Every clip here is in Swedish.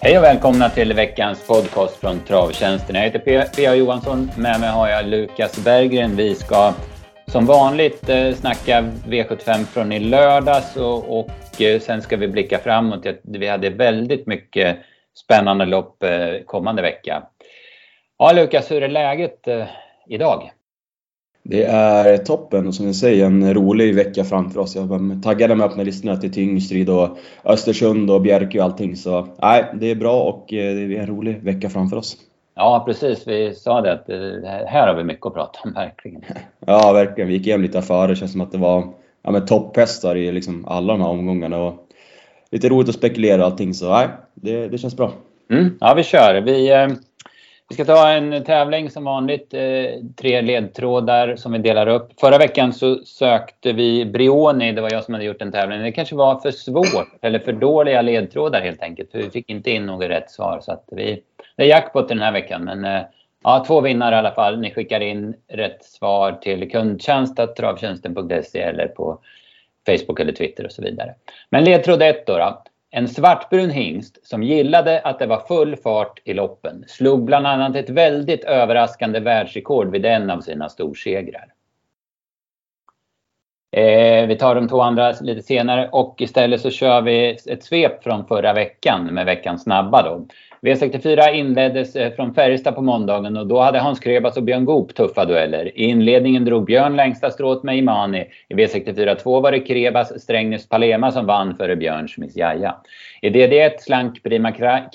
Hej och välkomna till veckans podcast från Travtjänsten. Jag heter P.A. Johansson, med mig har jag Lukas Berggren. Vi ska som vanligt snacka V75 från i lördags och sen ska vi blicka framåt. Vi hade väldigt mycket spännande lopp kommande vecka. Ja Lukas, hur är läget idag? Det är toppen och som ni säger en rolig vecka framför oss. Jag var taggad med att öppna listorna till Tingsryd och Östersund och Bjerke och allting. Så nej, det är bra och det är en rolig vecka framför oss. Ja precis, vi sa det att här har vi mycket att prata om verkligen. Ja verkligen, vi gick igenom lite affärer. Det känns som att det var topphästar i liksom alla de här omgångarna. Och lite roligt att spekulera och allting, så nej, det känns bra. Ja vi kör, vi ska ta en tävling som vanligt, 3 ledtrådar som vi delar upp. Förra veckan så sökte vi Brioni, det var jag som hade gjort en tävling. Det kanske var för svårt eller för dåliga ledtrådar helt enkelt. För vi fick inte in något rätt svar, så att det är jackpot den här veckan. Men ja, 2 vinnare i alla fall. Ni skickar in rätt svar till kundtjänst@travtjänsten.se eller på Facebook eller Twitter och så vidare. Men ledtråd 1 då. En svartbrun hingst som gillade att det var full fart i loppen slog bland annat ett väldigt överraskande världsrekord vid en av sina storsegrar. Vi tar de 2 andra lite senare och istället så kör vi ett svep från förra veckan med veckans snabba då. V64 inleddes från Färjestad på måndagen och då hade Hans Krebas och Björn Goop tuffa dueller. I inledningen drog Björn längsta strået med Imani. I V64 2 var det Krebas Strängnäs Palema som vann före Björns Miss Jaja. I DD1 slank Prima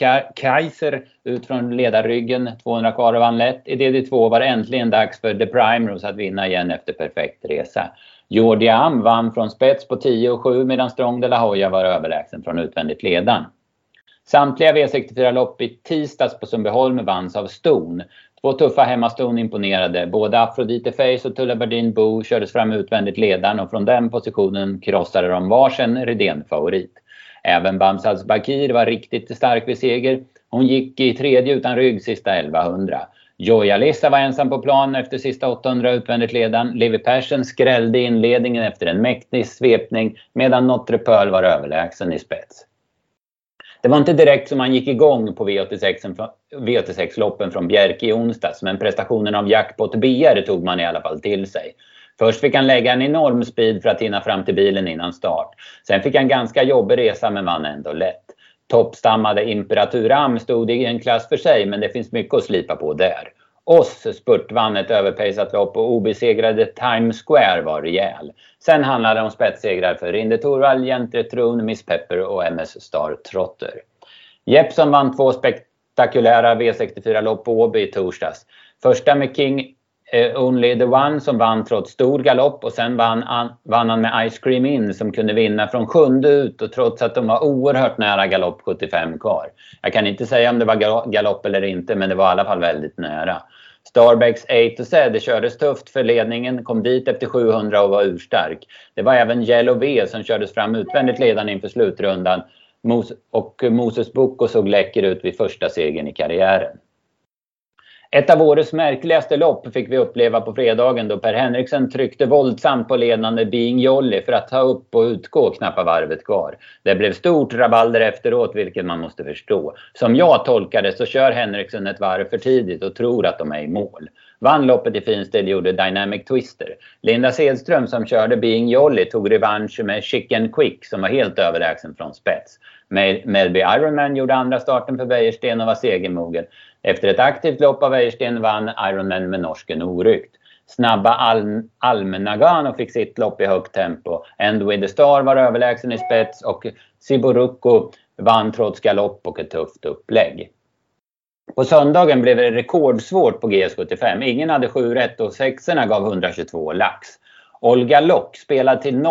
Kaiser ut från ledarryggen, 200 kvar och vann lätt. I DD2 var det äntligen dags för The Primerose att vinna igen efter perfekt resa. Jordi Am vann från spets på 10-7 medan Strong de la Hoya var överlägsen från utvändigt ledan. Samtliga V64-lopp i tisdags på Sundbyholm vanns av Ston. 2 tuffa hemmaston imponerade. Både Aphrodite Face och Tullabardin Bo kördes fram utvändigt ledan och från den positionen krossade de varsin Rydén-favorit. Även Bamsals Bakir var riktigt stark vid seger. Hon gick i tredje utan rygg sista 1100. Joy Alissa var ensam på plan efter sista 800 utvändigt ledan. Levi Persson skrällde inledningen efter en mäktig svepning medan Notre Pearl var överlägsen i spets. Det var inte direkt som man gick igång på V86-loppen från Bjerke i onsdags, men prestationen av Jackpot BR tog man i alla fall till sig. Först fick han lägga en enorm speed för att hinna fram till bilen innan start. Sen fick han ganska jobbig resa men vann ändå lätt. Toppstammade Imperaturam stod i en klass för sig, men det finns mycket att slipa på där. Oss spurt vann ett överpejsat lopp och obesegrade Times Square var rejäl. Sen handlade det om spetssegrar för Rinde Torvald, Jentre Tron, Miss Pepper och MS Star Trotter. Jeppson vann 2 spektakulära V64-lopp på Åby i torsdags. Första med King Only the One som vann trots stor galopp, och sen vann han med Ice Cream In som kunde vinna från 7:e ut och trots att de var oerhört nära galopp 75 kvar. Jag kan inte säga om det var galopp eller inte, men det var i alla fall väldigt nära. Starbecks A to Z, det kördes tufft för ledningen, kom dit efter 700 och var urstark. Det var även Yellow V som kördes fram utvändigt ledan inför slutrundan och Moses Boko såg läcker ut vid första segern i karriären. Ett av årets märkligaste lopp fick vi uppleva på fredagen då Per Henriksen tryckte våldsamt på ledande Being Jolly för att ta upp och utgå knappa varvet kvar. Det blev stort rabalder efteråt, vilket man måste förstå. Som jag tolkade så kör Henriksen ett varv för tidigt och tror att de är i mål. Vann loppet i finstil gjorde Dynamic Twister. Linda Sedström som körde Being Jolly tog revansch med Chicken Quick som var helt överlägsen från spets. Melby Ironman gjorde andra starten för Wäjersten och var segermogen. Efter ett aktivt lopp av Wäjersten vann Ironman med norsken orykt. Snabba Almenagano fick sitt lopp i högt tempo. End with the Star var överlägsen i spets och Siboruko vann trots galopp och ett tufft upplägg. På söndagen blev det rekordsvårt på GS75. Ingen hade 7 rätt och 6orna gav 122 lax. Olga Lock spelade till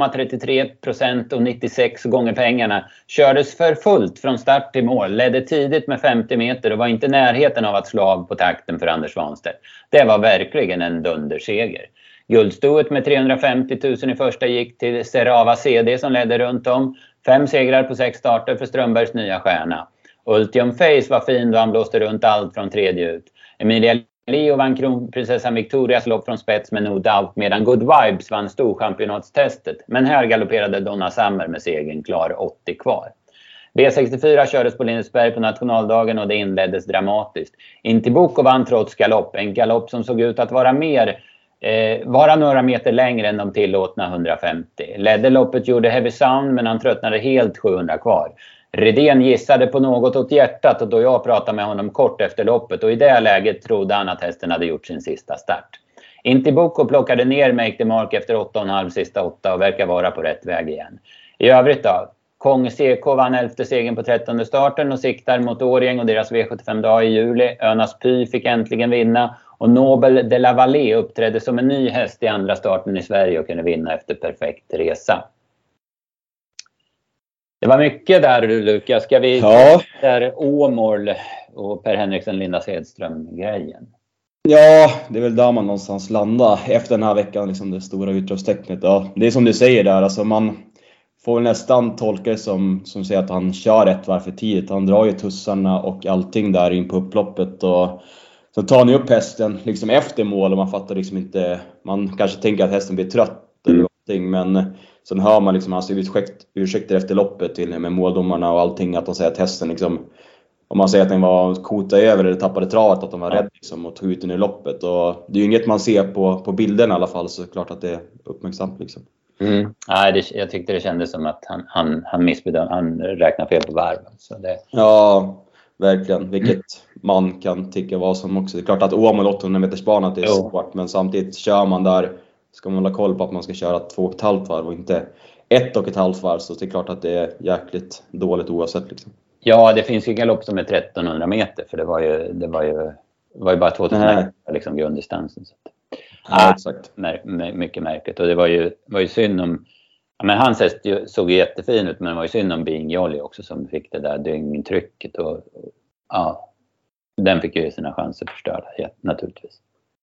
0,33% och 96 gånger pengarna. Kördes för fullt från start till mål. Ledde tidigt med 50 meter och var inte närheten av att slå av på takten för Anders Svanstedt. Det var verkligen en dunderseger. Guldstoet med 350 000 i första gick till Serava CD som ledde runt om. 5 segrar på 6 starter för Strömbergs nya stjärna. Ultium Face var fin då han blåste runt allt från tredje ut. Emilia Leo vann kronprinsessan Victorias lopp från spets med No Doubt, medan Good Vibes vann storchampionatstestet. Men här galopperade Donna Summer med segern klar 80 kvar. V64 kördes på Lindesberg på nationaldagen och det inleddes dramatiskt. Intiboko vann trots galopp. En galopp som såg ut att vara några meter längre än de tillåtna 150. Ledde loppet gjorde Heavy Sound, men han tröttnade helt 700 kvar. Redén gissade på något åt hjärtat och då jag pratade med honom kort efter loppet, och i det läget trodde han att hästen hade gjort sin sista start. Intiboko plockade ner Make the Mark efter 8,5 sista 8 och verkar vara på rätt väg igen. I övrigt då, Kong CK vann 11:e segern på 13:e starten och siktar mot Årjäng och deras V75-dag i juli. Önas Py fick äntligen vinna och Nobel de la Vallée uppträdde som en ny häst i andra starten i Sverige och kunde vinna efter perfekt resa. Det var mycket där, Lukas. Ska vi där Åmål och Per Henriksen, Linda Sedström-grejen? Ja, det är väl där man någonstans landar efter den här veckan, liksom det stora utropstecknet. Ja, det är som du säger där, alltså man får väl nästan tolka det som säger att han kör rätt varv för tidigt. Han drar ju tussarna och allting där in på upploppet, och så tar ni upp hästen liksom efter mål och man fattar liksom inte, man kanske tänker att hästen blir trött eller någonting, men sen hör man liksom hans ursäkter efter loppet till med måldomarna och allting, att de säger att hästen liksom, om man säger att den var kota över eller tappade travet, att de var rädd liksom och tog ut den i loppet, och det är ju inget man ser på bilden i alla fall, så klart att det är uppmärksamt liksom. Nej, jag tyckte det kändes som att han missbedömde, han räknade fel på varv. Så det... Ja, verkligen. Vilket man kan tycka var som också. Det är klart att Åmål 800 meters bana det är svårt, men samtidigt kör man där, ska man hålla koll på att man ska köra 2,5 varv och inte 1,5 varv, så det är klart att det är jäkligt dåligt oavsett liksom. Ja, det finns ju inga lopp som är 1300 meter, för det var ju bara 2000 meter liksom grunddistansen. Så. Ja, exakt. Mycket märkligt. Och det var ju synd om... Ja, men hans häst såg ju jättefin ut, men det var ju synd om Being Jolly också som fick det där dyngtrycket. Och ja, den fick ju sina chanser förstörda, naturligtvis.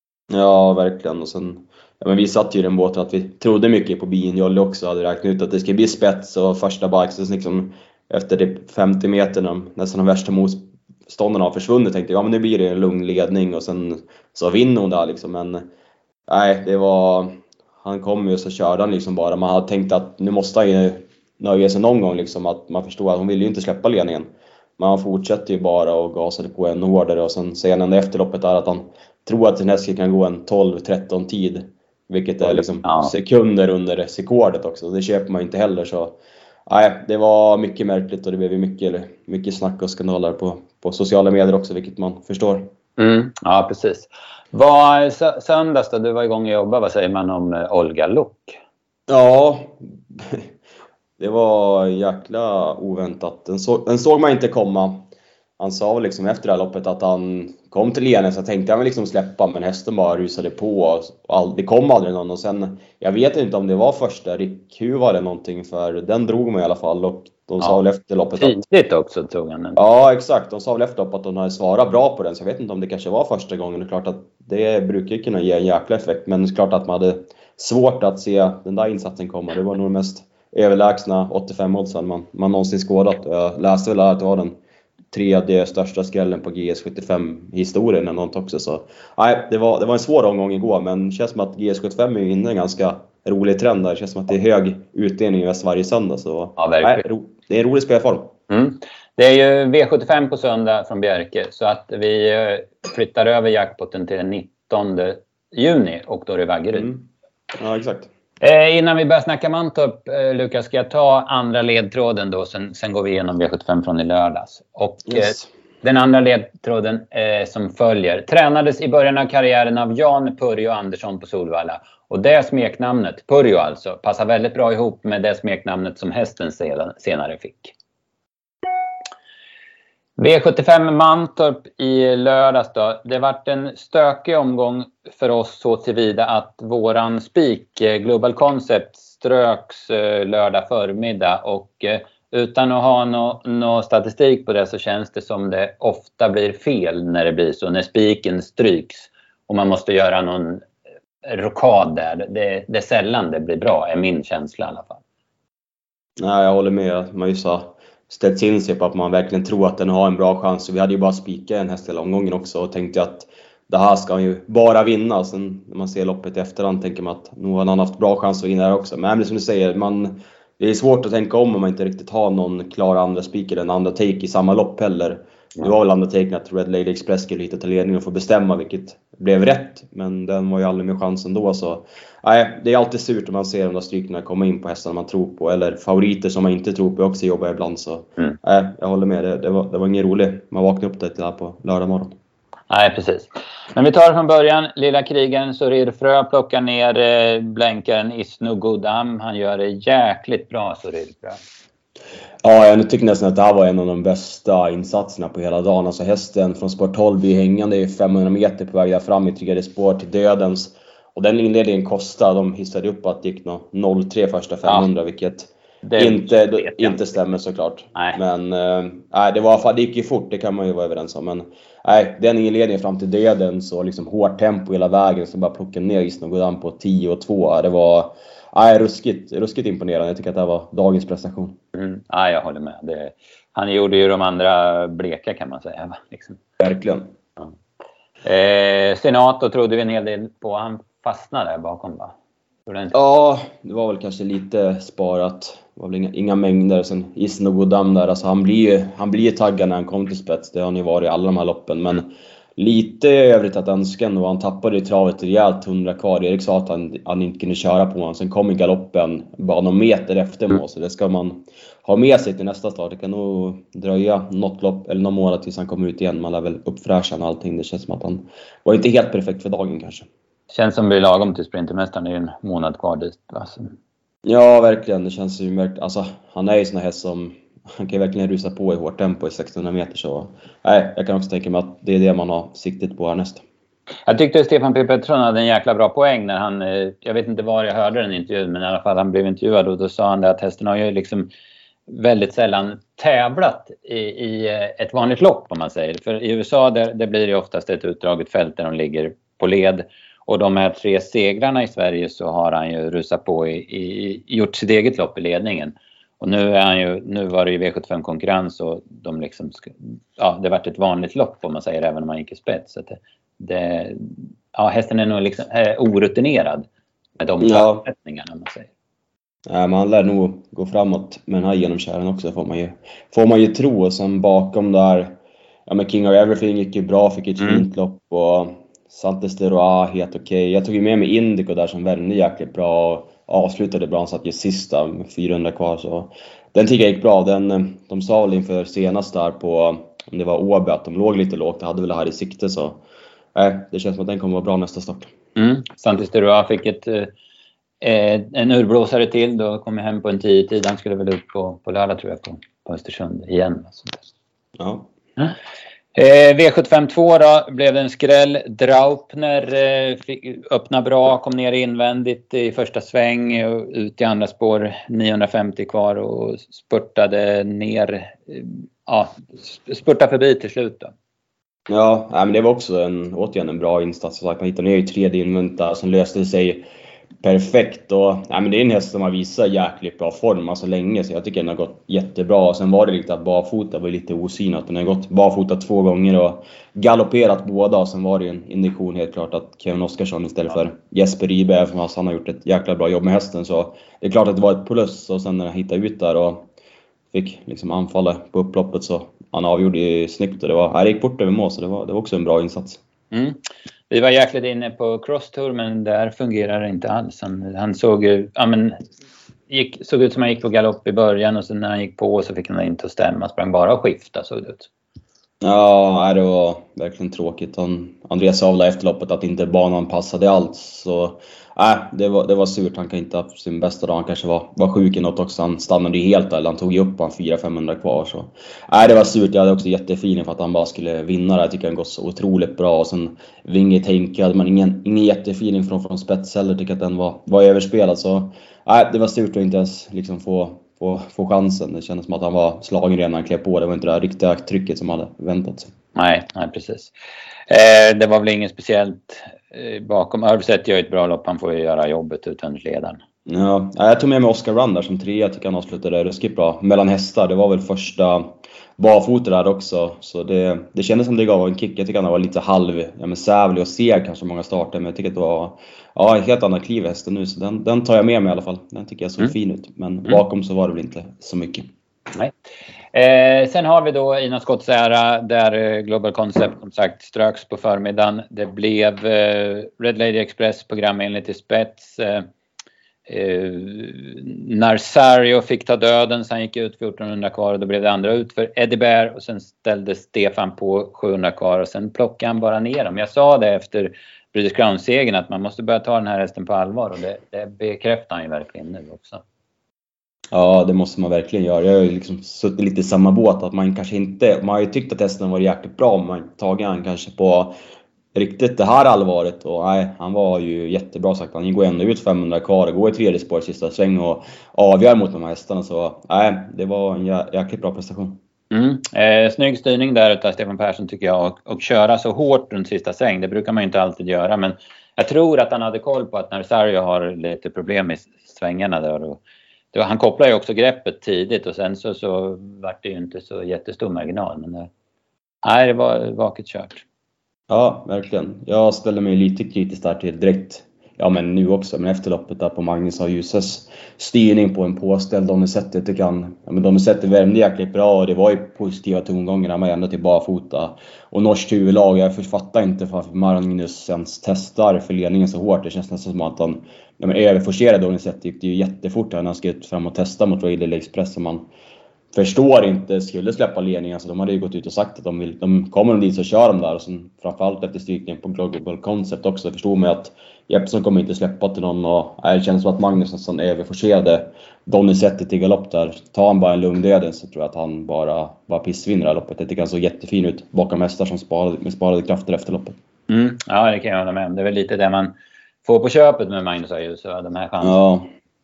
Ja, verkligen. Och sen, men vi satt ju i den båten att vi trodde mycket på Being Jolly också. Hade räknat ut att det skulle bli spets och första bikes liksom, efter det 50 meter, nästan de värsta motståndarna har försvunnit, tänkte jag, men nu blir det en lugn ledning och sen så vinner hon där liksom. Men nej, det var, han kom ju så körde han liksom bara. Man hade tänkt att nu måste han ju nöja sig någon gång liksom, att man förstår att hon vill ju inte släppa ledningen. Men han fortsätter ju bara och gasade på ännu hårdare, och sen säger han efter loppet där att han tror att den här kan gå en 12-13 tid, vilket är liksom sekunder under rekordet också. Det köper man inte heller, så nej, det var mycket märkligt och det blev mycket snack och skandaler på sociala medier också, vilket man förstår. Ja, precis. Vad söndags då, du var igång och jobbade, vad säger man om Olga Lok? Ja, det var jäkla oväntat. Den såg man inte komma. Han sa väl liksom efter det här loppet att han kom till ledningen, så tänkte han väl liksom släppa, men hästen bara rusade på och det kom aldrig någon. Och sen, jag vet inte om det var första Rickhuva eller någonting, för den drog man i alla fall, och de sa väl efter loppet att... Tidigt också tog han den. Ja, exakt. De sa väl efter loppet att de hade svarat bra på den, så jag vet inte om det kanske var första gången. Det är klart att det brukar ju kunna ge en jäkla effekt, men det är klart att man hade svårt att se den där insatsen komma. Det var nog mest överlägsna 85-oddsen man någonsin skådat. Jag läste väl att det var den 3:e största skrällen på GS75-historien eller något också. Så nej, det var en svår omgång igår, men det känns som att GS75 är inne en ganska rolig trend där. Det känns som att det är hög utdelning i väst varje söndag. Så ja, verkligen. Nej, det är en rolig spelform. Det är ju V75 på söndag från Bjerke, så att vi flyttar över jackpotten till den 19 juni, och då är det Vaggeryd. Ja, exakt. Innan vi börjar snacka Mantorp, Lukas, ska jag ta andra ledtråden då, sen går vi igenom V75 från i lördags. Och den andra ledtråden som följer tränades i början av karriären av Jan Pörjo Andersson på Solvalla. Och det smeknamnet, Pörjo alltså, passar väldigt bra ihop med det smeknamnet som hästen senare fick. V75 Mantorp i lördags då. Det vart en stökig omgång för oss så tillvida att våran spik Global Concept ströks lördag förmiddag, och utan att ha någon statistik på det så känns det som det ofta blir fel när det blir så, när spiken stryks och man måste göra någon rokad där. Det är sällan det blir bra, är min känsla i alla fall. Nej, jag håller med. Man ju sa ställt in sig på att man verkligen tror att den har en bra chans. Vi hade ju bara spikat en häst hela omgången också och tänkte att det här ska ju bara vinna. Sen när man ser loppet i efterhand tänker man att nu har han haft bra chans att vinna där också. Men som du säger, man det är svårt att tänka om man inte riktigt har någon klar andra speaker än andra take i samma lopp heller. Nu var väl andra taken att Red Lady Express skulle hitta till ledningen och få bestämma, vilket blev rätt. Men den var ju aldrig med chansen då. Så nej, det är alltid surt om man ser de där strykarna komma in på hästarna man tror på. Eller favoriter som man inte tror på också jobbar ibland. Så nej, jag håller med. Det var ingen rolig. Man vaknade upp det där på lördag morgon. Nej, precis. Men vi tar det från början. Lilla krigaren Sorir Frö plockar ner blänkaren Isno Godam. Han gör det jäkligt bra, Sorir Frö. Ja, jag tycker nästan att det här var en av de bästa insatserna på hela dagen. Alltså hästen från sport 12 blir hängande i 500 meter på väg där fram i tredje spår till dödens. Och den inledningen kostade, de hissade upp att det gick 0,3 första 500, vilket inte stämmer såklart. Nej. Men det gick ju fort, det kan man ju vara överens om. Men den inledningen fram till dödens och liksom hårt tempo hela vägen, så bara plocka ner Isno Godam på 10,2. Det var ruskigt imponerande. Jag tycker att det här var dagens prestation. Ja, jag håller med. Han gjorde ju de andra bleka, kan man säga. Liksom. Verkligen. Ja. Senato trodde vi en hel del på. Han fastnade där bakom, va? Ja, det var väl kanske lite sparat. Det var väl inga mängder. Sen Isno Godam där. Alltså han blir taggad när han kom till spets. Det har han ju varit i alla de här loppen. Men lite övrigt att önskan, och han tappade i travet rejält 100 kvar. Erik sa att han inte kunde köra på honom. Sen kom i galoppen bara någon meter efter mål. Så det ska man ha med sig till nästa start. Det kan nog dröja något lopp eller någon månad tills han kommer ut igen. Man lär väl uppfräscha och allting. Det känns som att han var inte helt perfekt för dagen kanske. Känns som blir lagom till Sprintermästaren. Det är ju en månad kvar dit. Alltså. Ja, verkligen. Det känns ju verkligen. Alltså, han är ju sån här häst som han kan verkligen rusa på i hårt tempo i 1600 meter. Så jag kan också tänka mig att det är det man har siktet på härnäst. Jag tyckte Stefan P. Pettersson hade en jäkla bra poäng när han, jag vet inte var jag hörde den intervjun, men i alla fall han blev intervjuad och då sa han att hästen har ju liksom väldigt sällan tävlat i ett vanligt lopp, om man säger. För i USA det blir ju oftast ett utdraget fält där de ligger på led. Och de här 3 segrarna i Sverige så har han ju rusat på gjort sitt eget lopp i ledningen. Och nu var det ju V75-konkurrens och de liksom, det varit ett vanligt lopp, om man säger, även om man gick i spets. Så hästen är nog liksom orutinerad med de förutsättningarna, om man säger. Ja, man lär nog gå framåt med den här genomkäraren också, får man ju tro. Och sen bakom där, men King of Everything gick ju bra, fick ett fint lopp, och Santes de Roa helt okej. Jag tog ju med mig Indico där som värmde jäkligt bra och avslutade bra. Han satt ju sista med 400 kvar, så den tycker jag gick bra. De sa väl inför senast där på, om det var Åby, att de låg lite lågt. Det hade väl det här i sikte, så det känns som att den kommer vara bra nästa start. Santes de Roa fick en urblåsare till. Då kom jag hem på en 10-tid. Han skulle väl ut på lördag, tror jag, på Östersund igen. Ja. V75-2 då blev det en skräll. Draupner öppnade bra, kom ner invändigt i första sväng och ut i andra spår, 950 kvar, och spurtade förbi till slut då. Ja, men det var också återigen en bra insats. Man hittade ner i tredje invänta som löste sig perfekt. Och men det är en häst som har visat jäkligt bra form alltså länge, så jag tycker den har gått jättebra. Och sen var det lite att barfota var lite osynat. Den har gått barfota 2 gånger och galopperat båda. Och sen var det en indikation helt klart att Kevin Oskarsson istället för Jesper Ribe, för han har gjort ett jäkla bra jobb med hästen. Så det är klart att det var ett plus. Och sen när han hittade ut där och fick liksom anfalla på upploppet, så han avgjorde ju snyggt. Och det gick bort över mål, så det var också en bra insats. Vi var jäkligt inne på crosstour, men där fungerar det inte alls. Han såg ut som han gick på galopp i början, och sen när han gick på så fick han inte att stämma. Sprang bara och skifta, såg det ut. Ja, det var verkligen tråkigt. Andreas avla efter loppet att inte banan passade allt. Så det var surt. Han kan inte ha sin bästa dag. Han kanske var sjuk i något också. Han stannade ju helt, eller han tog ju upp han 400-500 kvar. Så det var surt. Jag hade också jättefin för att han bara skulle vinna det. Jag tycker han gått så otroligt bra. Och sen Vinge Tänke hade man ingen jättefeeling från spets heller. Tycker att den var överspelad. Så det var surt att inte ens liksom få chansen. Det kändes som att han var slagen redan när han klev på. Det var inte det här riktiga trycket som hade väntat sig. Nej, precis. Det var väl inget speciellt bakom. Örvseth gör ett bra lopp. Han får ju göra jobbet utan ledaren. Ja, jag tog med mig Oscar Run där som 3. Jag tycker han avslutade ruskigt bra. Mellan hästar, det var väl första barfota där också. Så det kändes som det gav en kick. Jag tycker han var lite sävlig och seg kanske många starter. Men jag tycker att det var ett helt annat kliv i hästen nu. Så den tar jag med mig i alla fall. Den tycker jag såg fin ut. Men bakom så var det väl inte så mycket. Nej. Sen har vi då Ina Skottsära där Global Concept som sagt ströks på förmiddagen. Det blev Red Lady Express program enligt i spets. Narsario fick ta döden, så han gick ut 1400 kvar och då blev det andra ut för Eddie Bear och sen ställde Stefan på 700 kvar och sen plockade han bara ner dem. Jag sa det efter British Crown-segern att man måste börja ta den här hästen på allvar och det bekräftar han ju verkligen nu också. Ja, det måste man verkligen göra. Jag har ju liksom suttit lite i samma båt att man kanske inte, man har ju tyckt att hästen var jäkligt bra, men man tagit han kanske på riktigt det här allvaret och nej, han var ju jättebra sagt. Han går ändå ut 500 kvar och går i tredje spår sista sväng och avgör mot de här hästarna, så nej, det var en jäkligt bra prestation. Snygg styrning där utav Stefan Persson tycker jag och köra så hårt runt sista sväng, det brukar man ju inte alltid göra, men jag tror att han hade koll på att när Sergio har lite problem med svängarna där och han kopplar ju också greppet tidigt och sen så var det ju inte så jättestor marginal, men nej, det var vaket kört. Ja, verkligen. Jag ställer mig lite kritiskt där till direkt, ja men nu också, men efter loppet där på Magnus och Ljuses styrning på en påställd Donizetti. Jag tycker Donizetti värmde jäkligt bra och det var ju positiva tongångar när man ändå till barfota. Och norskt huvudlag, jag författar inte varför Magnus ens testar för ledningen så hårt. Det känns nästan som att han överforcerade Donizetti, gick det ju jättefort när han ska ut fram och testa mot Red Express som man förstår inte skulle släppa ledningen, så de hade ju gått ut och sagt att de kommer dit så kör de där, och sen framförallt efter strykningen på Global Concept också förstod man att Jeppson kommer inte släppa till någon, och det känns som att Magnus nästan överforcerade Donizetti till galopp där. Tar han bara en lugn döden så tror jag att han bara pissvinner det här loppet. Jag tycker han såg jättefin ut bakom hästar som sparade krafter efter loppet. Ja, det kan jag hålla med om. Det är väl lite det man får på köpet med Magnus och Ljus, de här chanserna. Ja.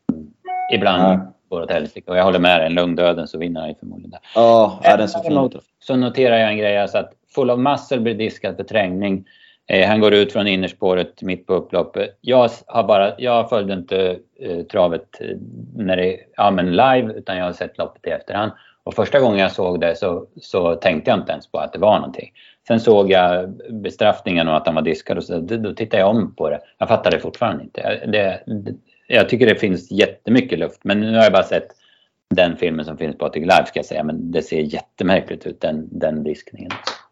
Ibland går åt helsike. Och jag håller med dig, en lugn döden så vinner han ju förmodligen där. Ja, är den så fin. Så noterar jag en grej, alltså att Full of Muscle blir diskad för trängning. Han går ut från innerspåret mitt på upploppet. Jag följde inte travet när live, utan jag har sett loppet i efterhand. Och första gången jag såg det så tänkte jag inte ens på att det var någonting. Sen såg jag bestraffningen och att han var diskad och så då tittade jag om på det. Jag fattade det fortfarande inte. Jag tycker det finns jättemycket luft, men nu har jag bara sett den filmen som finns på ATG Live, ska jag säga, men det ser jättemärkligt ut den diskningen.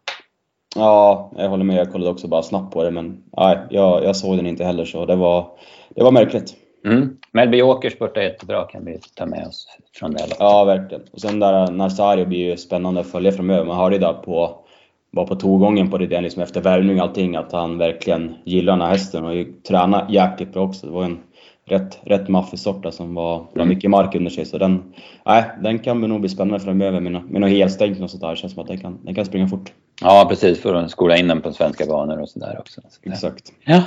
Ja, jag håller med. Jag kollade också bara snabbt på det, men nej, jag såg den inte heller, så det var märkligt. Melby Åker spurtade jättebra, kan vi ta med oss från det här loppet. Ja, verkligen. Och sen där Narsario blir ju spännande att följa framöver. Man hörde där var på tågången på det liksom efter värvning och allting, att han verkligen gillar den här hästen och tränar jäkligt bra också. Det var en rätt maffig sorta som var mycket mark under sig, så den kan nog bli spännande framöver med något helstängt och sådär. Det känns som att den kan springa fort. Ja, precis, för att skola in den på svenska banor och sådär också. Exakt. Ja.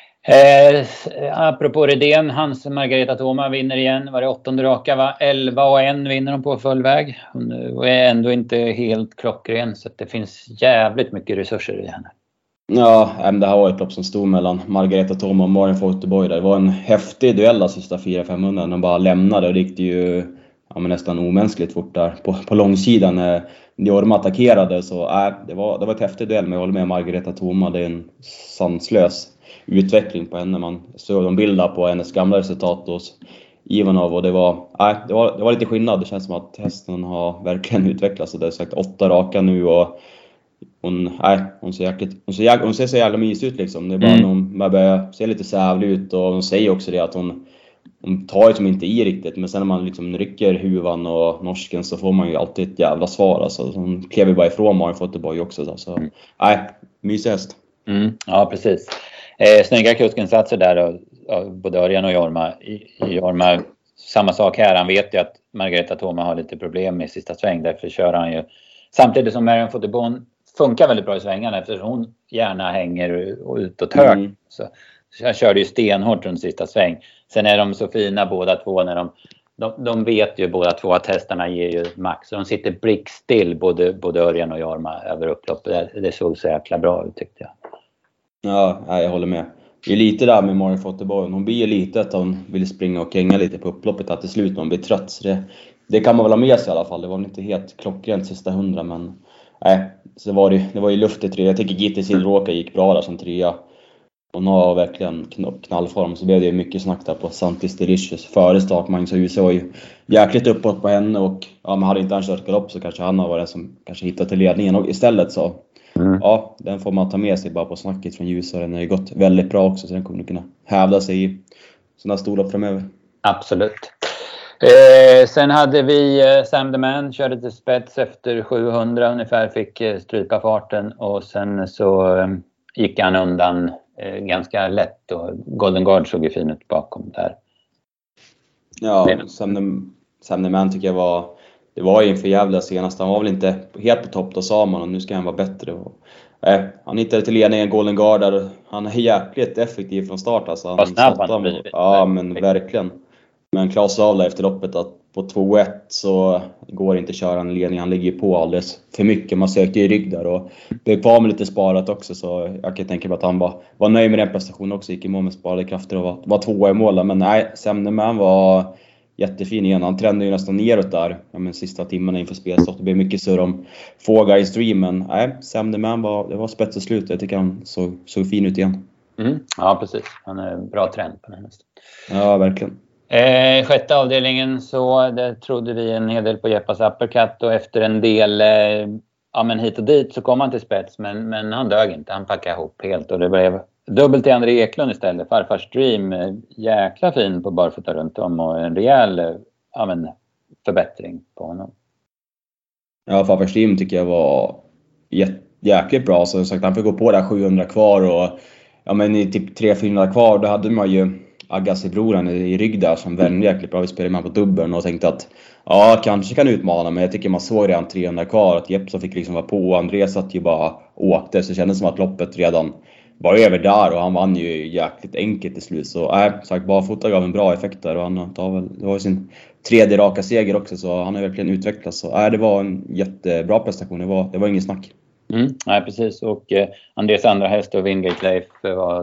Apropå Redén, Hans Margareta Thoma vinner igen. Var det 8:e raka, va? 11-1 vinner de på full väg. Hon är ändå inte helt klockren, så att det finns jävligt mycket resurser i henne. Ja, det här var ett lopp som stod mellan Margareta Thoma och Marin Fotoboy. Det var en häftig duell de sista 400-500. De bara lämnade och det gick ju nästan omänskligt fort där på långsidan när Jorma attackerade. Så det var ett häftigt duell, men jag håller med Margareta Thoma. Det är en sanslös utveckling på henne. Man såg de bilder på hennes gamla resultat hos Ivanov och det var lite skillnad. Det känns som att hästen har verkligen utvecklats, och det är sagt 8 raka nu, och hon ser så jävla mysig ut liksom. Det är bara hon börjar se lite sävlig ut, och hon säger också det att hon tar ju som inte i riktigt, men sen när man liksom rycker huvan och norsken så får man ju alltid ett jävla svar alltså. Hon klev bara ifrån Marin Fotoboy också så mysig häst. Ja, precis. Snygga kuskinsatser där och både Örjan och Jorma. Jorma, samma sak här. Han vet ju att Margareta Thoma har lite problem med sista sväng. Därför kör han ju. Samtidigt som Marion Fotoboy funkar väldigt bra i svängarna, eftersom hon gärna hänger utåt högt. Så jag körde ju stenhårt runt sista sväng. Sen är de så fina båda två när de vet ju båda två att hästarna ger ju max. Så de sitter blickstill både Örjan och Jorma över upploppet. Det såg så jäkla bra ut, tyckte jag. Ja, jag håller med. Det är lite där med Marin Fotoboy. Hon blir lite att hon vill springa och känga lite på upploppet, att till slut hon blir trött. Så det det kan man väl ha med sig i alla fall. Det var inte helt klockrent sista 100, men nej, så det var ju luft i 3. Jag tycker Gitti Silroka gick bra där som 3. Hon har verkligen knallform. Så blev det mycket snack där på Santis Delicious före start. Magnus Huse var ju jäkligt uppåt på henne. Och ja, men hade inte han kört galopp så kanske han har varit den som kanske hittat till ledningen. Och istället så, ja, den får man ta med sig bara på snacket från Huse. Den har ju gått väldigt bra också, så den kommer kunna hävda sig i sådana stora framöver. Absolut. Sen hade vi Sam the Man, körde till spets efter 700 ungefär, fick strypa farten. Och sen så gick han undan ganska lätt och Golden Guard såg ju fin ut bakom där. Ja, Sam the Man tycker jag det var ju för jävla senast. Han var väl inte helt på topp då, sa man, och nu ska han vara bättre. Och, han hittade till ledningen Golden Guard där. Han är jäkligt effektiv från start alltså. Vad snabb han blivit. Ja, men verkligen. Men Claes Avla efter loppet att på 2-1 så går inte att köra en ledning. Han ligger på alldeles för mycket. Man sökte i rygg där och blev kvar med lite sparat också. Så jag kan tänka mig att han var nöjd med den prestationen också. Gick i mål med sparade krafter och var 2 i mål. Men nej, Sam the Man var jättefin igen. Han trendade ju nästan neråt där. Men sista timmarna inför spelstopp. Det blev mycket surr om Fåga i streamen. Nej, Sam the Man det var spets och slut. Jag tycker han såg fin ut igen. Ja, precis. Han är en bra trend på den här. Ja, verkligen. Sjätte avdelningen så det trodde vi en hel del på Jeppas uppercut, och efter en del hit och dit så kom han till spets, men han dög inte, han packade ihop helt och det blev dubbelt till André Eklund istället. Farfars Dream, jäkla fin på barfota runt om och en rejäl förbättring på honom. Ja, Farfars Dream tycker jag var jäkligt bra, så sagt han fick gå på där 700 kvar och i typ 300-400 kvar då hade man ju Agassi-broren i rygg där som vände jäkligt bra. Vi spelade med på dubbeln och tänkte att kanske kan utmana, men jag tycker man såg redan 300 kvar att Jeppson fick liksom vara på och Andreas satt ju bara åkte, så det kändes som att loppet redan var över där och han vann ju jäkligt enkelt till slut. Så sagt, barfota gav en bra effekt där och han det var ju sin 3:e raka seger också, så han har verkligen utvecklats. Så det var en jättebra prestation, det var ingen snack. Nej, precis. Och Andreas andra häst och Wingate Leif var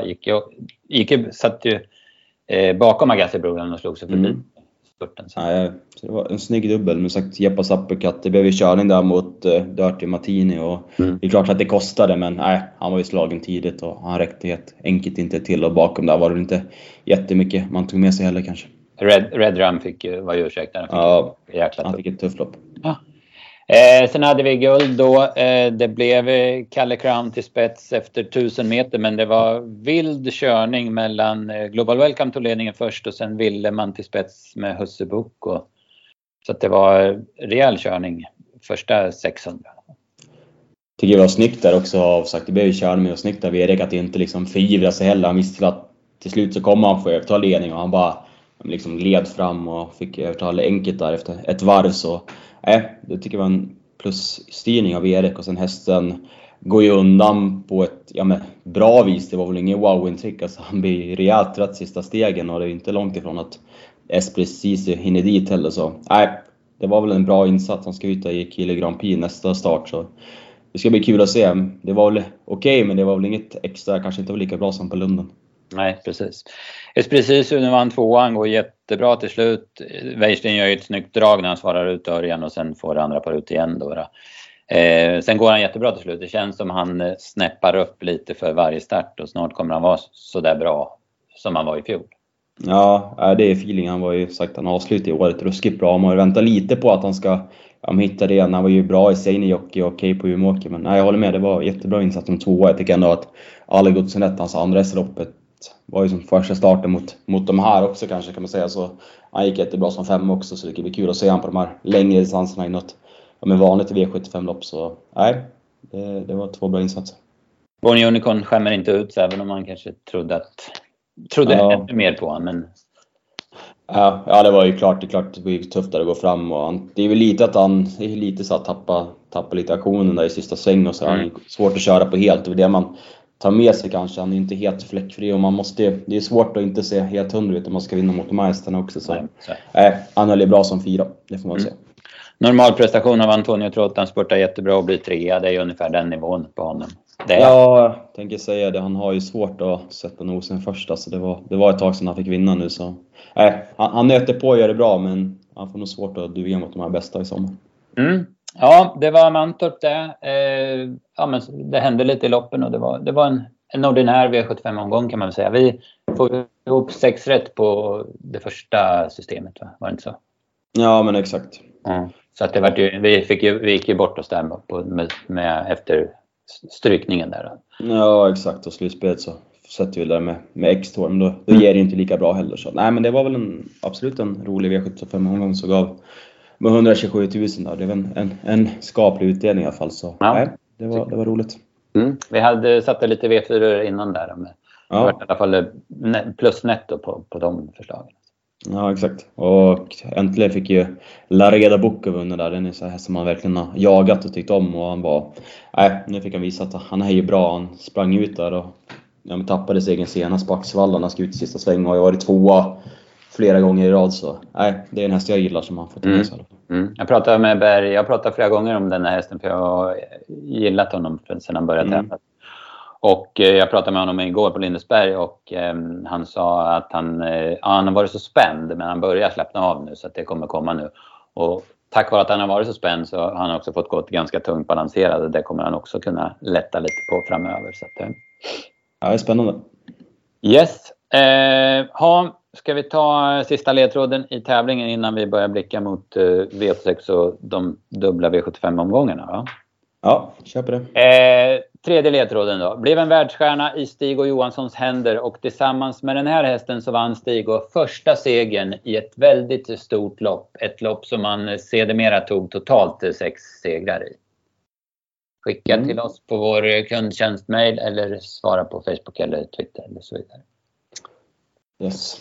2. Satt ju bakom Agassi-brodern och slog sig förbi spurten. Så det var en snygg dubbel. Men sagt, Jeppas uppercut, det blev ju körning där mot Dirty Martini och det är klart att det kostade, men han var ju slagen tidigt och han räckte helt enkelt inte till, och bakom där var det inte jättemycket man tog med sig heller kanske. Red Rum var ju ursäktad. Han fick ett tufft lopp. Ja. Sen hade vi guld då. Det blev Kalle Crown till spets efter 1000 meter, men det var vild körning mellan Global Welcome till ledningen först och sen ville man till spets med Hussebuk. Så att det var rejäl körning första 600. Tycker det var snyggt där också. Det blev ju körning och snyggt av Erik att inte liksom förivra sig heller. Han visste att till slut så kommer han få överta ledning och han bara liksom led fram och fick övertala enkelt där efter ett varv. Så det tycker jag var en plusstyrning av Erik, och sen hästen går ju undan på ett bra vis. Det var väl ingen wow-intryck, alltså han blir rejält trött sista stegen och det är inte långt ifrån att Espresso hinner dit heller. Så det var väl en bra insats. Han ska ut i Kille Grand Prix nästa start, så det ska bli kul att se. Det var väl okej, men det var väl inget extra, kanske inte var lika bra som på Lunden. Nej, precis. Espresso nu vann 2, han går jättebra till slut. Weirsten gör ju ett snyggt drag när han svarar ut Örjan och sen får det andra par ut igen då. Sen går han jättebra till slut. Det känns som han snäppar upp lite för varje start och snart kommer han vara så där bra som han var i fjol. Ja, det är feeling. Han var ju sagt han avslutade i året ruskigt bra. Man väntar lite på att han ska hitta det. Han var ju bra i Seinejoki och okej på Umeåker. Men jag håller med, det var jättebra insats som 2. Jag tycker ändå att alla Godsenet, hans andra loppet var ju som första starten mot de här också kanske kan man säga. Så han gick jättebra som 5 också, så det kan bli kul att se han på de här längre distanserna i något vanligt V75-lopp. Så det var 2 bra insatser. Born Unicorn skämmer inte ut sig, även om man kanske trodde ännu mer på honom. Men... Ja, det var ju klart. Det var tufft där att gå fram. Och det är väl lite att han är lite så att tappa lite aktionen där i sista sväng och så. Han är svårt att köra på helt. Det är det man tar med sig kanske. Han är inte helt fläckfri och det är svårt att inte se helt 100 utan man ska vinna mot de här hästarna också. Så. Han höll bra som 4, det får man säga. Normal prestation av Antonio Trott, han spurtar jättebra och blir 3. Det är ungefär den nivån på honom. Ja, jag tänker säga det. Han har ju svårt att sätta nosen först. Så det var ett tag sedan han fick vinna nu. Så. Han nöter på och gör det bra, men han får nog svårt att duga mot de här bästa i sommar. Ja, det var Mantorp det. Ja, men det hände lite i loppen och det var en ordinär V75-omgång kan man väl säga. Vi får ihop 6 rätt på det första systemet, va? Var det inte så? Ja, men exakt. Så att det var ju, vi gick ju bort oss där med efter strykningen där. Ja, exakt. Och slutspelet så sätter vi där med X-Tor, men då ger det inte lika bra heller. Så nej, men det var väl absolut en rolig V75-omgång som gav med 127 000 där. Det var en skaplig utdelning i alla fall. Så nej, det var roligt. Vi hade satt lite V4 innan där. Men det var i alla fall plus netto på de förslagen. Ja, exakt. Och äntligen fick ju Lareda Bocco vunna där. Den är så här som han verkligen har jagat och tyckt om. Och han var... Nej, nu fick han visa att han är ju bra. Han sprang ut där och tappade sig egen senast på Axevalla. Han ska ut i sista sväng och har varit 2 flera gånger i rad. Så nej, det är en häst jag gillar som han fått med sig. Jag pratade med Berg. Jag pratade flera gånger om den här hästen för jag har gillat honom sedan han började tävla. Och jag pratade med honom igår på Lindesberg och han sa att han har varit så spänd, men han börjar släppna av nu så att det kommer komma nu. Och tack vare att han har varit så spänd så har han också fått gått ganska tungt balanserad och det kommer han också kunna lätta lite på framöver. Så att, ja, det är spännande. Yes. Ska vi ta sista ledtråden i tävlingen innan vi börjar blicka mot V86 och de dubbla V75-omgångarna? Va? Ja, kör på det. Tredje ledtråden då. Blev en världsstjärna i Stig och Johanssons händer och tillsammans med den här hästen så vann Stig och första segern i ett väldigt stort lopp. Ett lopp som man sedermera tog totalt 6 segrar i. Skicka till oss på vår kundtjänstmail eller svara på Facebook eller Twitter eller så vidare. Yes.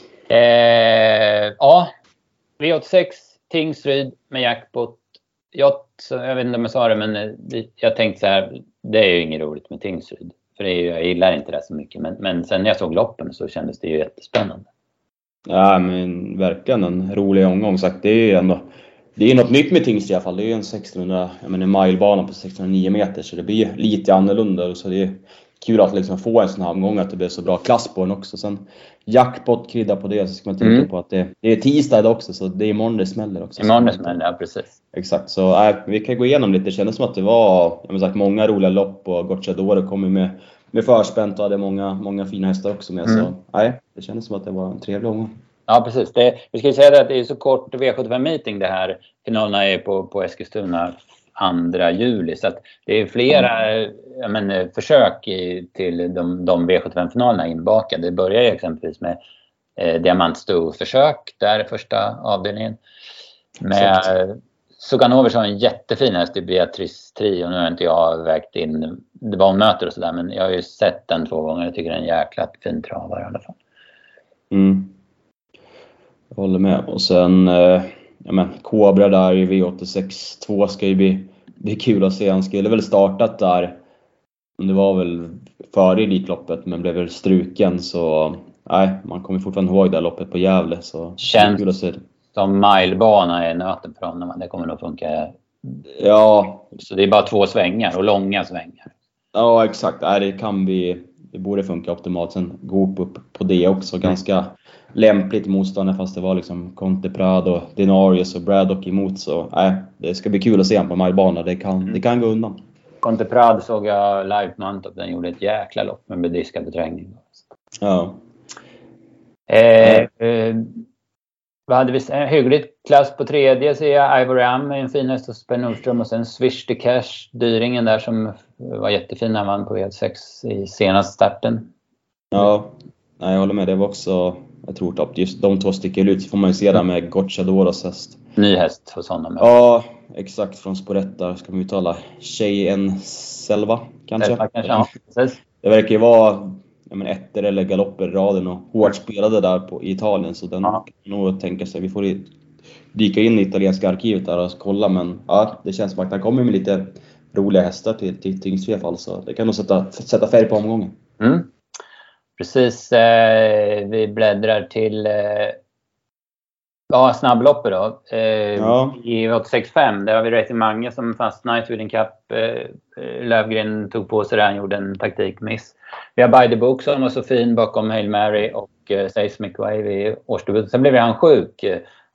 Ja, V86 Tingsryd med jackpot. Jag vet inte om jag sa det, men jag tänkte så här, det är ju inget roligt med Tingsryd. För jag gillar inte det så mycket. Men sen när jag såg loppen så kändes det ju jättespännande. Ja, men verkligen en rolig omgång. Sagt, det är ju ändå, det är något nytt med Tingsryd i alla fall. Det är ju en 1600, en milebana på 609 meter. Så det blir lite annorlunda. Så det är kul att liksom få en sån här omgång, att det blir så bra klass på den också. Sen jackpot krydda på det, så ska man tänka på att det är tisdag idag också, så det är imorgon det smäller också. Imorgon det smäller, ja precis. Exakt, så vi kan gå igenom lite. Det kändes som att det var många roliga lopp och Gocciadoro kom ju med förspänt och hade många fina hästar också med. Så det kändes som att det var en trevlig omgång. Ja, precis. Vi ska ju säga att det är så kort V75-meeting det här. Finalerna är på Eskilstuna 2 juli. Så att det är flera försök till de V75-finalerna inbakade. Det börjar ju exempelvis med Diamantsto-försök. Där är första avdelningen. Med Suganover som en jättefin häst i Beatrice Trio. Nu har inte jag vägt in det var hon möter och sådär. Men jag har ju sett den 2 gånger. Jag tycker det är en jäkla fin travare i alla fall. Jag håller med. Och sen Cobra där i V86 2 ska ju bli kul att se. Han skulle väl startat där. Det var väl före elitloppet men blev väl struken. Så man kommer fortfarande ihåg det loppet på Gävle. Så känns kul att se det. Som milebana är nöten för honom. Det kommer nog funka. Ja. Så det är bara 2 svängar och långa svängar. Ja, exakt. Det borde funka optimalt. Sen gå upp på det också. Ganska lämpligt motstånd, fast det var liksom Conte Prado, Denarius och Braddock emot. Så det ska bli kul att se han på milebana. Det kan gå undan. Conte Prado såg jag live på Mantorp. Den gjorde ett jäkla lopp med bediskad beträngning. Ja. Vad hade vi? Hyggligt klass på 3:e ser jag. Ivory Am med en fin häst och Per Nordström. Och sen Swish the Cash, dyringen där som var jättefin när han vann på V6 i senaste starten. Ja, jag håller med. Det var också, jag tror att just de 2 sticker ut. Så får man ju se där med Gocciadoros häst. Ny häst hos honom. Ja, exakt. Från Sporetta ska man uttala. Cheyenne Selva kanske. Det verkar ju vara ettor eller galopper i raden och hårt spelade där i Italien. Så den kan nog tänka sig. Vi får dyka in i italienska arkivet där och kolla. Men det känns som att han kommer med lite roliga hästar till Tingsryd i alla fall. Så det kan nog sätta färg på omgången. Precis. Vi bläddrar till snabbloppet då. I 86.5 där har vi Racing Mange som fastnade i Sweden Cup. Lövgren tog på sig där, han gjorde en taktikmiss. Vi har By the Book som var så fin bakom Hail Mary och Seismic Wave i årsdebuten. Sen blev han sjuk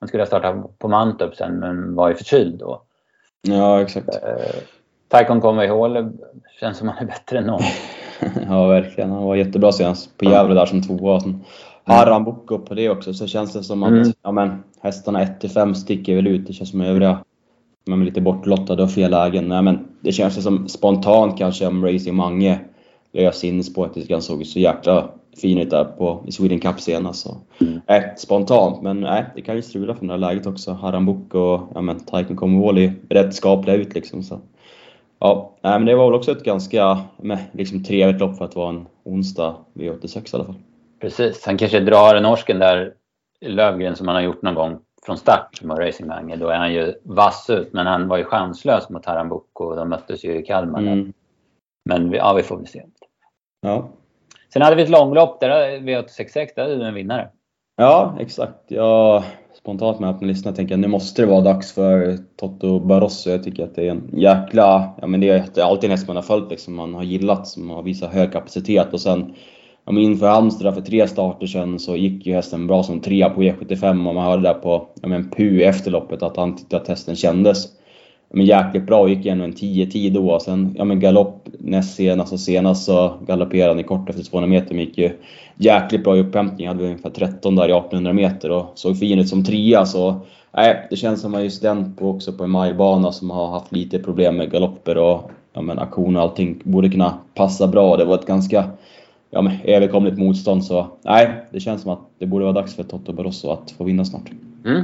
Han skulle ha startat på Mantorp sen, men var ju förkyld då. Ja, exakt. Taikon Conway Hall känns som han är bättre än någon. Ja, verkligen. Han var jättebra senast på Gävle där som 2. Haram Boko på det också. Så känns det som att hästarna 1-5 sticker väl ut. Det känns som övriga. Man är lite bortlottade och fel lägen. Nej, men det känns som spontant kanske om Racing Mange lös in i spåret. Han såg så jäkla fin ut där i Sweden Cup senast. Så. Spontant, men det kan ju strula för det här läget också. Haram Boko och Taikon kommer väl rätt skapliga ut liksom. Så. Ja, men det var väl också ett ganska liksom trevligt lopp för att vara en onsdag V86 i alla fall. Precis, han kanske drar norsken där Lövgren som han har gjort någon gång från start med Racing Mange. Då är han ju vass ut, men han var ju chanslös mot Haram Boko och de möttes ju i Kalmar. Men vi får väl se. Ja. Sen hade vi ett långlopp där V86, där är en vinnare. Ja, exakt. Jag spontant med att lyssna tänker nu måste det vara dags för Toto Barroso. Jag tycker att det är en jäkla, det är alltid nästan man har följt liksom, man har gillat, som har visat hög kapacitet. Och sen inför Halmstad för 3 starter sen så gick ju hästen bra som 3 på E75 och man hörde där på Pu efter loppet att han tyckte att hästen kändes jäkligt bra och gick igenom en 10-10 då. Sen galopp näst senast och senast så galopperade han i kort efter 200 meter. Men gick ju jäkligt bra i upphämtning. Hade ungefär 13 där i 1800 meter och såg fin ut som 3. Så det känns som att just den också på en milebana som har haft lite problem med galopper och aktion och allting borde kunna passa bra. Det var ett ganska överkomligt motstånd. Så det känns som att det borde vara dags för Toto Barroso att få vinna snart.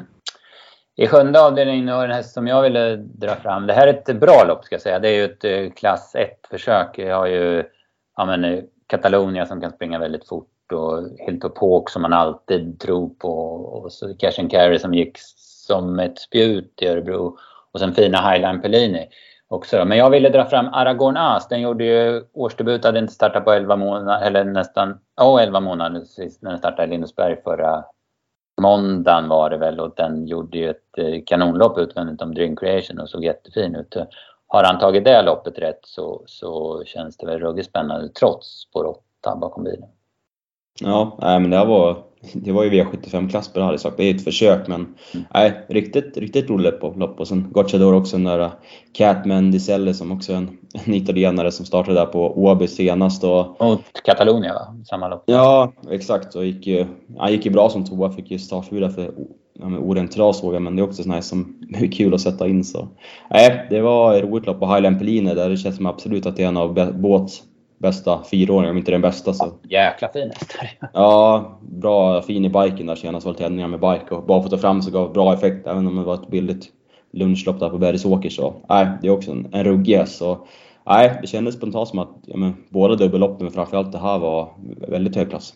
I 7:e avdelningen har en häst som jag ville dra fram. Det här är ett bra lopp ska jag säga. Det är ju ett klass 1-försök. Jag har ju Catalonia som kan springa väldigt fort. Och Hiltopåk som man alltid tror på. Och så Cash and Carry som gick som ett spjut i Örebro. Och sen fina Highline Pellini också. Men jag ville dra fram Aragorn As. Den gjorde ju årsdebut, hade inte startat på 11 månader. Eller nästan 11 månader sist när den startade i Lindesberg förra måndagen var det väl. Och den gjorde ju ett kanonlopp utvändigt om Dream Creation och såg jättefin ut. Har han tagit det loppet rätt så känns det väl ruggigt spännande trots spår 8 bakom bilen. Ja, men det var ju V75-klass på det hade sagt. Det är ett försök, men riktigt roligt på lopp. Och sen Gocciador också, den där Catman Diselli som också är en italienare som startade där på Åby senast. Och Catalonia va? Samma lopp. Ja, exakt. Och han gick ju bra som 2, fick ju startfyra för Oren Trasvåga, men det är också sån här som är kul att sätta in. Så det var ett roligt lopp på Highland Pellini där det känns som absolut att det är en av båts bästa 4-åringar, om inte den bästa. Så. Jäkla fin hästar. Ja, bra, fin i biken där senast. Var tändningar med bike och bara fått fram så gav bra effekt. Även om det var ett billigt lunchlopp där på Bergsåker. Så det är också en ruggig häst. Så det kändes spontant som att båda dubbelloppen, men framförallt det här var väldigt hög klass.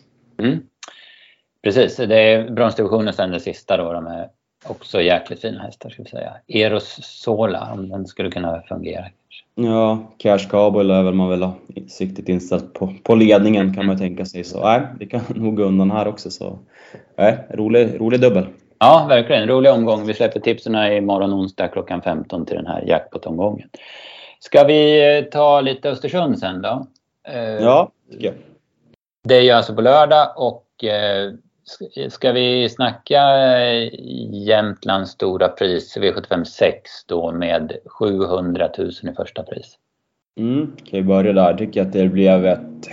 Precis, det är bronsdivisionen sen det sista då. De är också jäkligt fina hästar ska vi säga. Eros Sola, om den skulle kunna fungera. Ja, Cash Cowboy är väl man väl ha siktet inställt på ledningen kan man tänka sig. Så det kan nog gå undan här också. Så rolig dubbel. Ja, verkligen. Rolig omgång. Vi släpper tipsen imorgon onsdag klockan 15 till den här jackpot-omgången. Ska vi ta lite Östersund sen då? Ja, tycker jag. Det är ju alltså på lördag och ska vi snacka Jämtlands stora pris V75 6 då med 700 000 i första pris? Kan vi börja där. Tycker jag att det blev ett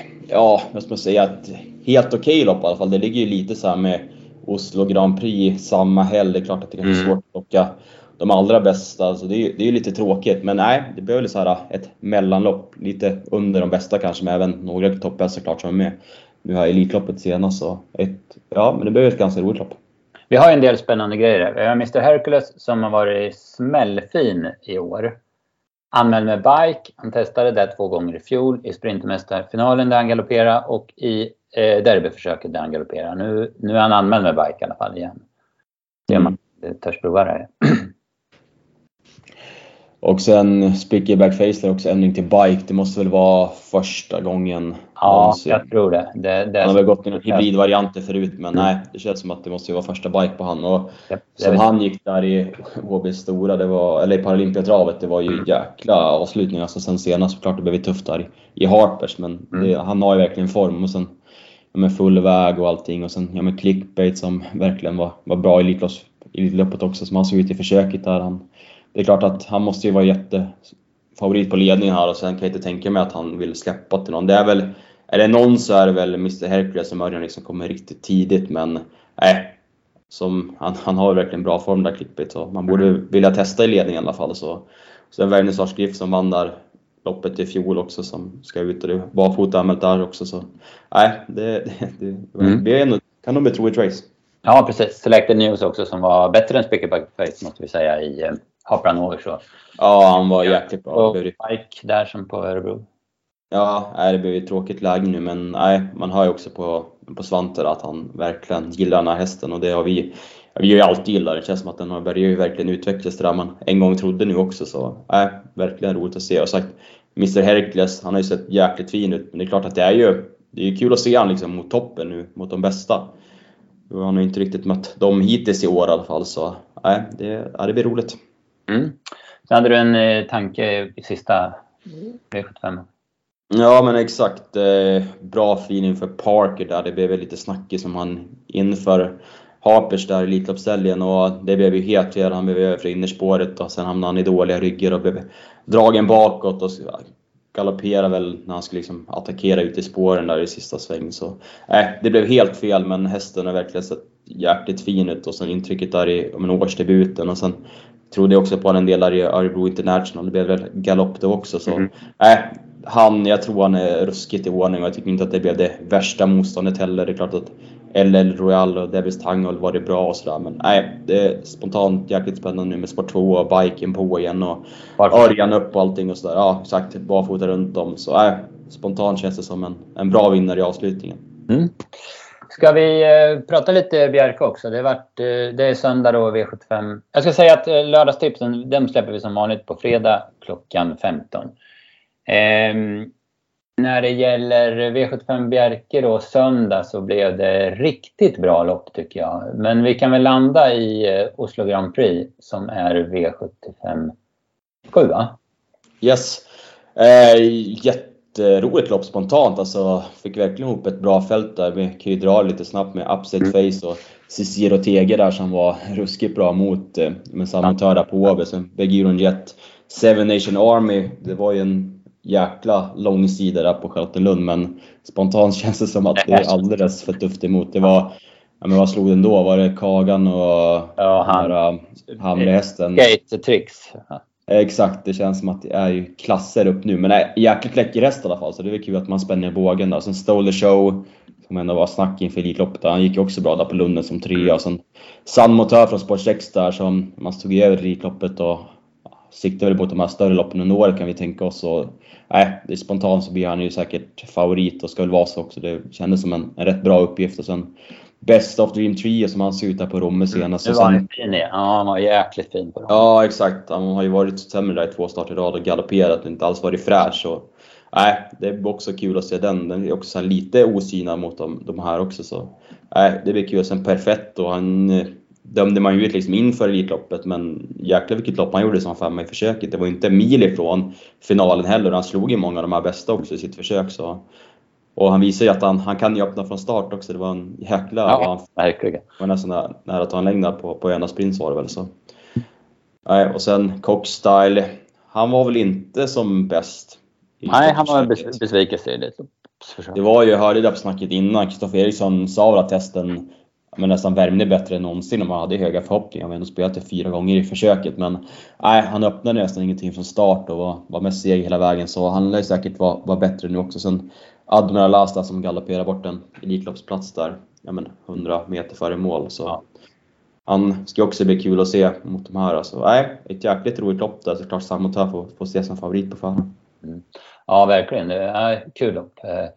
helt okej lopp i alla fall. Det ligger ju lite så här med Oslo Grand Prix samma helg. Det är klart att det kan vara svårt att plocka de allra bästa. Alltså det är ju lite tråkigt. Men det blev väl så här ett mellanlopp. Lite under de bästa kanske, med även några topphästar klart som är med. Nu har Elitloppet senast så men det blev ett ganska roligt lopp. Vi har en del spännande grejer. Vi har Mr. Hercules som har varit smällfin i år. Anmäld med bike. Han testade det 2 gånger i fjol. I Sprintermästarfinalen där han galopperade och i derbyförsöket där han galopperade. Nu är han anmäld med bike i alla fall igen. Det törs prova det. Och sen Spicky Backface också ändring till bike. Det måste väl vara första gången. Ja, jag tror det. Han har väl gått i hybridvarianter förut. Men det känns som att det måste vara första bike på han. Och som han gick där i HB Stora, eller i Paralympiatravet, det var ju jäkla avslutning. Alltså sen senast, klart det blev tufft där i Harpers. Men han har ju verkligen form. Och sen med full väg och allting. Och sen med clickbait som verkligen var bra i i loppet också som han såg ut i försöket där. Det är klart att han måste ju vara jättefavorit på ledningen här och sen kan jag inte tänka mig att han vill släppa till någon. Det är väl, är det någon så är det väl Mr. Hercules som Örjan liksom kommer riktigt tidigt, men som han har verkligen bra form där klippet, så man borde vilja testa i ledningen i alla fall. Så sen Werner Sarskrift som vann där loppet i fjol också, som ska ut och det barfota anmält där också, så det kan nog bli troligt race. Ja, precis. Selected News också som var bättre än Spicker Face måste vi säga i Hapran så. Ja, han var jäkligt bra. Och Mike där som på Örebro. Ja, det blir ju tråkigt läge nu, men man hör ju också på Svante att han verkligen gillar den här hästen, och det har vi ju alltid gillat. Det känns som att den har börjat ju verkligen utvecklas där man en gång trodde nu också, så verkligen roligt att se. Och sagt, Mr. Hercules, han har ju sett jäkligt fin ut, men det är klart att det är ju kul att se han liksom mot toppen nu, mot de bästa. Han har ju inte riktigt mött dem hittills i år i alla fall, så det blir roligt. Så hade du en tanke i sista V75? Ja, men exakt. Bra feeling för Parker där. Det blev lite snackigt som han inför Harpers där i Elitloppshelgen, och det blev ju helt fel. Han blev över för innerspåret och sen hamnade han i dåliga ryggar och blev dragen bakåt och galopperade väl när han skulle liksom attackera ut i spåren där i sista sväng. Så det blev helt fel, men hästen har verkligen sett jäkligt fin ut, och sen intrycket där i årsdebuten, och sen trodde jag också på en del där i Örebro International. Det blev väl galopp då också, så jag tror han är ruskigt i ordning, och jag tycker inte att det blev det värsta motståndet heller. Det är klart att LL Royal och Davis Tangol var det bra och sådär, men det är spontant jäkligt spännande nu med Sport 2 och biken på igen och Örjan upp och allting och sådär. Ja, exakt, barfota runt om, så spontant känns det som en bra vinnare i avslutningen. Ska vi prata lite Bjerke också? Det är söndag då, V75. Jag ska säga att lördagstipsen, dem släpper vi som vanligt på fredag klockan 15. När det gäller V75 Bjerke då söndag, så blev det riktigt bra lopp tycker jag. Men vi kan väl landa i Oslo Grand Prix som är V75 7, va? Yes. Jätteroligt lopp spontant. Alltså, fick verkligen ihop ett bra fält där. Vi kan ju dra lite snabbt med Upset Face och Cicero Tege där som var ruskigt bra mot med samma där på Åby. Sen Begiron Jet, Seven Nation Army. Det var ju en jäkla lång sida där på Charlottenlund, men spontant känns det som att det är alldeles för tufft emot. Det var, men vad slog den då? Var det Kagan och Hamrehästen? Skate Tricks. Exakt, det känns som att det är ju klasser upp nu, men jäkligt läcker häst i alla fall, så det är kul att man spänner bågen där. Sen Stole the Show som ändå var snack inför Elitloppet, han gick ju också bra där på Lunden som 3, och sen San Motör från Sport 6 där som man stod över Elitloppet och siktar väl på de här större loppen under året kan vi tänka oss. Och det är spontant så blir han ju säkert favorit och ska väl vara så också. Det kändes som en rätt bra uppgift. Och sen Best of Dream 3 som han ser ut där på Romme senast. Det var en fin, ja, han var jäkligt fin på Romme. Ja, exakt. Han har ju varit sämre där i 2 starter i rad och galopperat och inte alls varit fräsch. Så det är också kul att se den. Den är också så här lite osynad mot de här också. Så det blir kul. Sen Perfett, och han dömde man ju ut liksom inför Elitloppet, men jäkla vilket lopp han gjorde som 5 i försöket. Det var inte mil ifrån finalen heller. Han slog ju många av de här bästa också i sitt försök. Så. Och han visar ju att han kan ju öppna från start också. Det var en jäkla... Ja, verkligen. Det var nästan nära att ta en längd där på ena sprint var det väl så. Och sen Cockstyle. Han var väl inte som bäst. Nej, han var besvikelse i det. Det var ju, jag hörde det på snacket innan. Kristoffer Eriksson sa väl att testen nästan värmde bättre än någonsin, och man hade höga förhoppningar. Han hade spelat det 4 gånger i försöket, men han öppnade nästan ingenting från start och var mest seg hela vägen, så han lär säkert vara bättre nu också. Sen Admiral Lasta som galopperar bort en elitloppsplats där 100 meter före mål, så han ska också bli kul att se mot de här. Alltså, ett jäkligt roligt lopp där, så klart Samotör får se som favorit på förhand. Ja, verkligen. Det är kul lopp.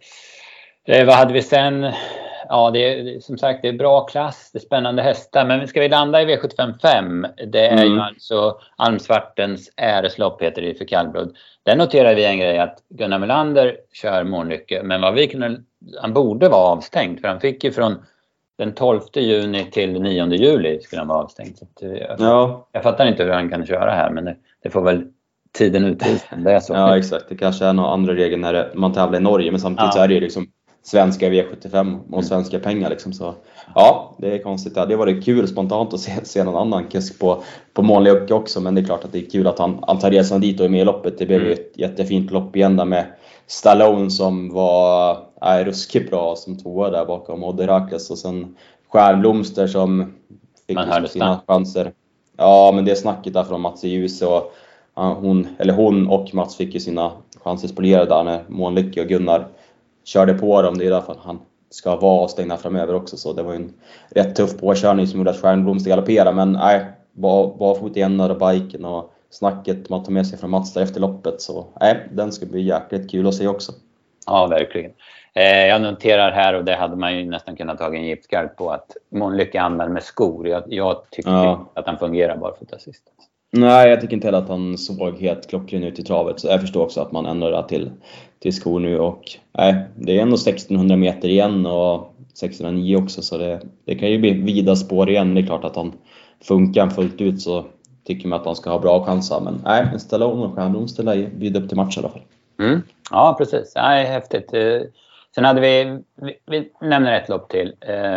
Vad hade vi sen? Ja, det är som sagt, det är bra klass, det är spännande hästar. Men ska vi landa i V755? Det är ju alltså Almsvartens äreslopp, heter det för kallblod. Där noterar vi en grej, att Gunnar Melander kör Månlycke. Men han borde vara avstängd, för han fick ju från den 12 juni till 9 juli skulle han vara avstängd. Så jag fattar inte hur han kan köra här, men det får väl tiden utvisa. Det är så. Ja, exakt. Det kanske är några andra regler när man tävlar i Norge, men samtidigt så är det liksom svenska V75 och svenska pengar liksom. Så ja, det är konstigt. Det var det kul spontant att se någon annan kusk på Månlycke också, men det är klart att det är kul att han tar resan dit och är med i loppet. Det blev ju ett jättefint lopp igen där med Stallone som var ruskigt bra som tvåa där bakom Odd Herakles, och sen Stjärnblomster som fick sina chanser. Ja, men det snacket där från Mats i ljus, och hon och Mats fick ju sina chanser spolierade där när Månlycke och Gunnar körde på dem. Det är därför han ska vara och stänga framöver också, så det var ju en rätt tuff påkörning som gjorde att Stjärnblomster galopperade, men nej, bara fot igen och biken och snacket man tar med sig från Mats där efter loppet, så nej, den ska bli jäkligt kul att se också. Ja, verkligen. Jag noterar här, och det hade man ju nästan kunnat ta en gipskarp på, att Månlycke använder med skor. Jag tycker att han fungerar bara för assist. Nej, jag tycker inte heller att han såg helt klockren ut i travet, så jag förstår också att man ändrar till skor nu. Och nej, det är ändå 1600 meter igen och 1609 också, så det kan ju bli vida spår igen. Det är klart att han funkar fullt ut, så tycker man att han ska ha bra chanser. Men nej, en Stallone och Stjärnblomster ställer bjuda upp till match i alla fall. Ja, precis. Nej, häftigt. Sen hade vi nämner ett lopp till.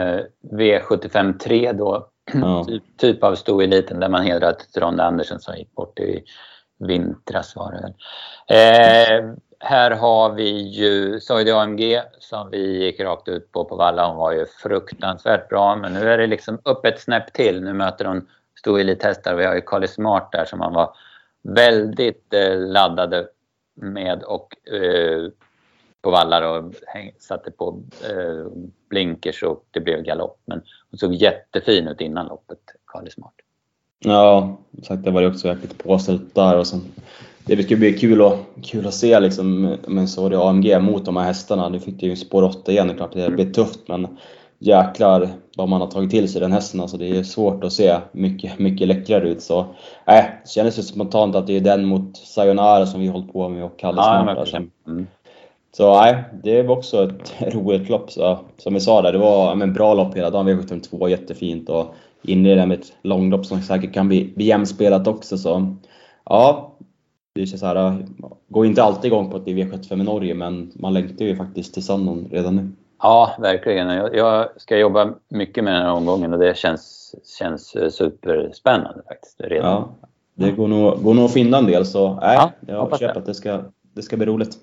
V75 3 då. Typ av stoeliten där man hedrar Ronda Andersen som gick bort i vintras var det väl. Här har vi ju Soide AMG som vi gick rakt ut på Valla. Hon var ju fruktansvärt bra, men nu är det liksom upp ett snäpp till. Nu möter hon stoelithästar. Vi har ju Carly Smart där som man var väldigt laddade med och på vallar och satte på blinkers och det blev galopp. Men hon såg jättefin ut innan loppet, Carly Smart. Ja, sagt, det var ju också jäkligt påställt där, och sen det skulle bli kul att se liksom, men så det AMG mot de här hästarna. Nu fick det ju spår 8 igen, det är klart det blir tufft, men jäklar vad man har tagit till sig den hästen, alltså det är svårt att se mycket läckrare ut, så det kändes ju spontant att det är den mot Sayonara som vi hållit på med och Kalle Smart. Så nej, det var också ett roligt lopp, så som vi sa där, det var en bra lopp hela dagen. V72 jättefint och inleda med ett långlopp som säkert kan bli jämspelat också, så ja, det känns så här, går inte alltid igång på ett V75 i Norge, men man längtar ju faktiskt till Sandon redan nu. Ja, verkligen. Jag ska jobba mycket med den här omgången och det känns superspännande faktiskt redan. Ja, det går nog att finna en del, så jag köper att det ska bli roligt.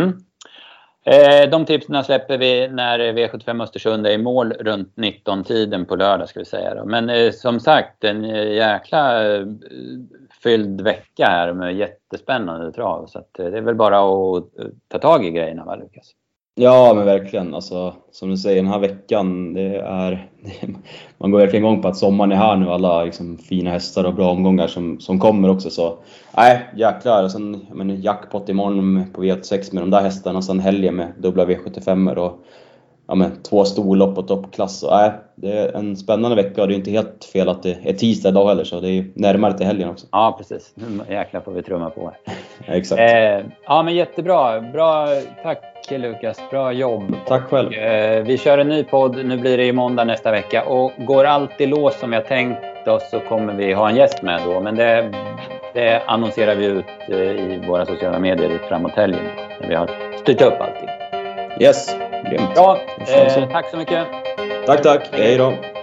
De tipsen släpper vi när V75 Östersund är i mål runt 19-tiden på lördag, ska vi säga då. Men som sagt, en jäkla fylld vecka här med jättespännande trav, så att det är väl bara att ta tag i grejerna, va Lukas? Ja, men verkligen. Alltså, som du säger, den här veckan, man går verkligen igång på att sommaren är här nu. Alla liksom, fina hästar och bra omgångar som kommer också. Så jäklar. Och sen jackpot imorgon på V86 med de där hästarna. Och sen helgen med dubbla V75 och 2 storlopp och toppklass. Så det är en spännande vecka, och det är inte helt fel att det är tisdag idag heller. Så det är närmare till helgen också. Ja, precis. Nu jäklar får vi trumma på här. Exakt. Men jättebra. Bra, tack Lukas. Bra jobb. Tack själv. Vi kör en ny podd. Nu blir det i måndag nästa vecka. Och går allt i lås som jag tänkt oss, så kommer vi ha en gäst med då. Men det annonserar vi ut i våra sociala medier framåt helgen. När vi har styrt upp allting. Yes. Grymt. Ja, tack så mycket. Tack. Hej då.